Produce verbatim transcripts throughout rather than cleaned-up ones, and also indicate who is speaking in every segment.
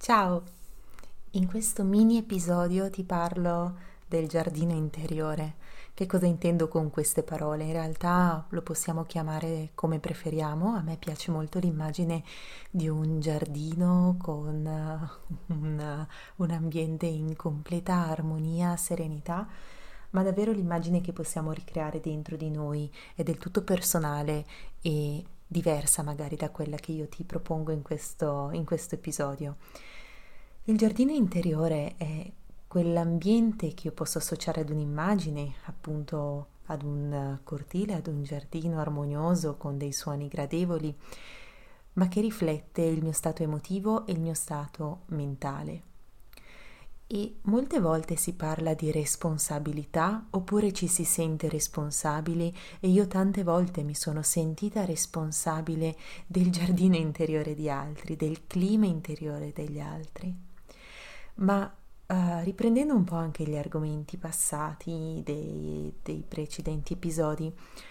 Speaker 1: Ciao! In questo mini episodio ti parlo del giardino interiore. Che cosa intendo con queste parole? In realtà lo possiamo chiamare come preferiamo. A me piace molto l'immagine di un giardino con uh, un, un ambiente in completa armonia, serenità, ma davvero l'immagine che possiamo ricreare dentro di noi è del tutto personale e diversa magari da quella che io ti propongo in questo, in questo episodio. Il giardino interiore è quell'ambiente che io posso associare ad un'immagine, appunto ad un cortile, ad un giardino armonioso con dei suoni gradevoli, ma che riflette il mio stato emotivo e il mio stato mentale. E molte volte si parla di responsabilità oppure ci si sente responsabili e io tante volte mi sono sentita responsabile del giardino interiore di altri, del clima interiore degli altri. Ma uh, riprendendo un po' anche gli argomenti passati dei, dei precedenti episodi,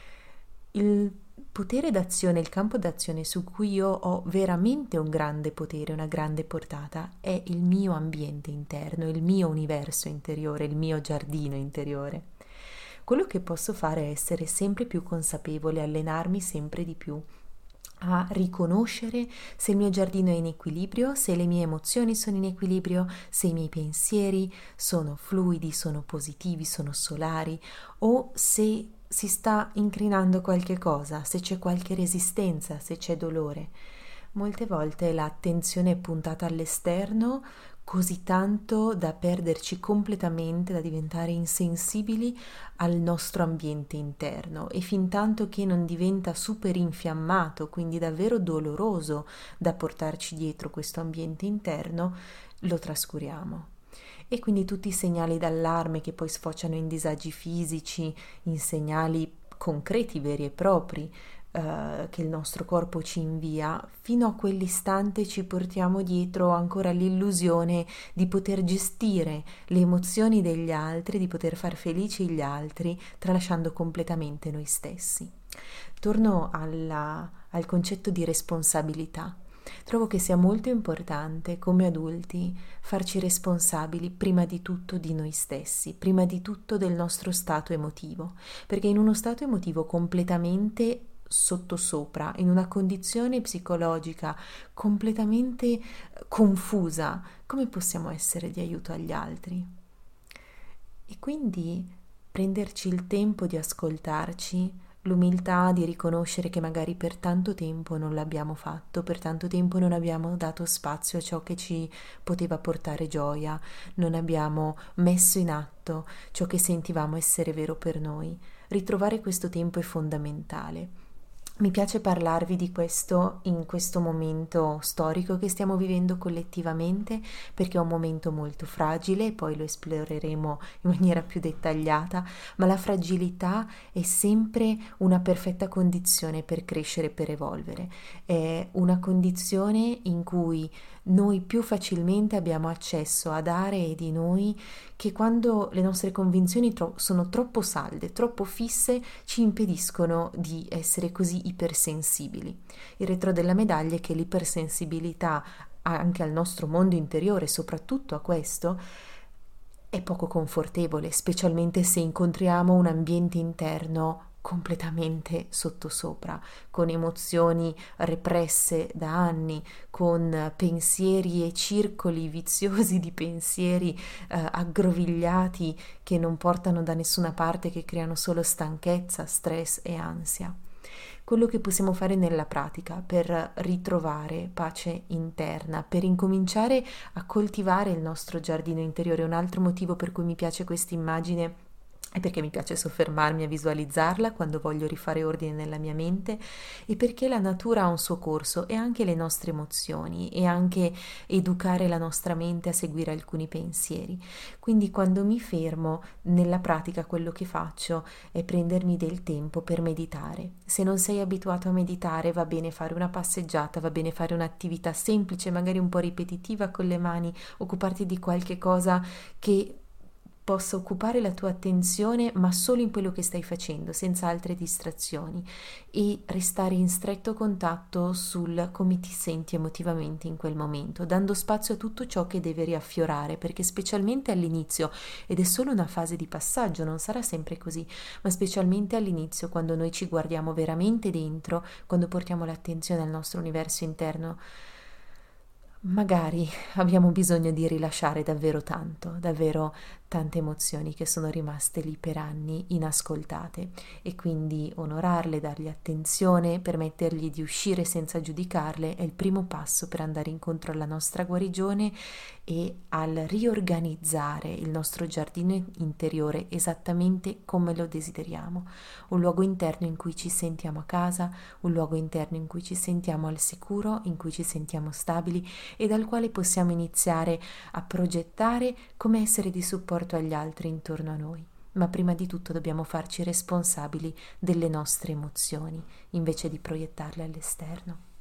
Speaker 1: il potere d'azione, il campo d'azione su cui io ho veramente un grande potere, una grande portata, è il mio ambiente interno, il mio universo interiore, il mio giardino interiore. Quello che posso fare è essere sempre più consapevole, allenarmi sempre di più a riconoscere se il mio giardino è in equilibrio, se le mie emozioni sono in equilibrio, se i miei pensieri sono fluidi, sono positivi, sono solari, o se si sta incrinando qualche cosa, se c'è qualche resistenza, se c'è dolore. Molte volte l'attenzione è puntata all'esterno così tanto da perderci completamente, da diventare insensibili al nostro ambiente interno, e fin tanto che non diventa super infiammato, quindi davvero doloroso da portarci dietro questo ambiente interno, lo trascuriamo. E quindi tutti i segnali d'allarme che poi sfociano in disagi fisici, in segnali concreti, veri e propri, Uh, che il nostro corpo ci invia, fino a quell'istante ci portiamo dietro ancora l'illusione di poter gestire le emozioni degli altri, di poter far felici gli altri, tralasciando completamente noi stessi. Torno alla, al concetto di responsabilità. Trovo che sia molto importante come adulti farci responsabili prima di tutto di noi stessi, prima di tutto del nostro stato emotivo, perché in uno stato emotivo completamente sottosopra, in una condizione psicologica completamente confusa, come possiamo essere di aiuto agli altri? E quindi prenderci il tempo di ascoltarci, l'umiltà di riconoscere che magari per tanto tempo non l'abbiamo fatto, per tanto tempo non abbiamo dato spazio a ciò che ci poteva portare gioia, non abbiamo messo in atto ciò che sentivamo essere vero per noi. Ritrovare questo tempo è fondamentale. Mi piace parlarvi di questo in questo momento storico che stiamo vivendo collettivamente, perché è un momento molto fragile, poi lo esploreremo in maniera più dettagliata, ma la fragilità è sempre una perfetta condizione per crescere e per evolvere. È una condizione in cui noi più facilmente abbiamo accesso ad aree di noi che, quando le nostre convinzioni tro- sono troppo salde, troppo fisse, ci impediscono di essere così ipersensibili. Il retro della medaglia è che l'ipersensibilità anche al nostro mondo interiore, soprattutto a questo, è poco confortevole, specialmente se incontriamo un ambiente interno completamente sottosopra, con emozioni represse da anni, con pensieri e circoli viziosi di pensieri eh, aggrovigliati che non portano da nessuna parte, che creano solo stanchezza, stress e ansia. Quello che possiamo fare nella pratica per ritrovare pace interna, per incominciare a coltivare il nostro giardino interiore. Un altro motivo per cui mi piace questa immagine è perché mi piace soffermarmi a visualizzarla quando voglio rifare ordine nella mia mente, e perché la natura ha un suo corso, e anche le nostre emozioni, e anche educare la nostra mente a seguire alcuni pensieri. Quindi quando mi fermo nella pratica, quello che faccio è prendermi del tempo per meditare. Se non sei abituato a meditare, va bene fare una passeggiata, va bene fare un'attività semplice, magari un po' ripetitiva con le mani, occuparti di qualche cosa che possa occupare la tua attenzione, ma solo in quello che stai facendo, senza altre distrazioni, e restare in stretto contatto sul come ti senti emotivamente in quel momento, dando spazio a tutto ciò che deve riaffiorare, perché specialmente all'inizio, ed è solo una fase di passaggio, non sarà sempre così, ma specialmente all'inizio, quando noi ci guardiamo veramente dentro, quando portiamo l'attenzione al nostro universo interno, magari abbiamo bisogno di rilasciare davvero tanto, davvero tante emozioni che sono rimaste lì per anni inascoltate, e quindi onorarle, dargli attenzione, permettergli di uscire senza giudicarle è il primo passo per andare incontro alla nostra guarigione e al riorganizzare il nostro giardino interiore esattamente come lo desideriamo, un luogo interno in cui ci sentiamo a casa, un luogo interno in cui ci sentiamo al sicuro, in cui ci sentiamo stabili e dal quale possiamo iniziare a progettare come essere di supporto agli altri intorno a noi. Ma prima di tutto dobbiamo farci responsabili delle nostre emozioni, invece di proiettarle all'esterno.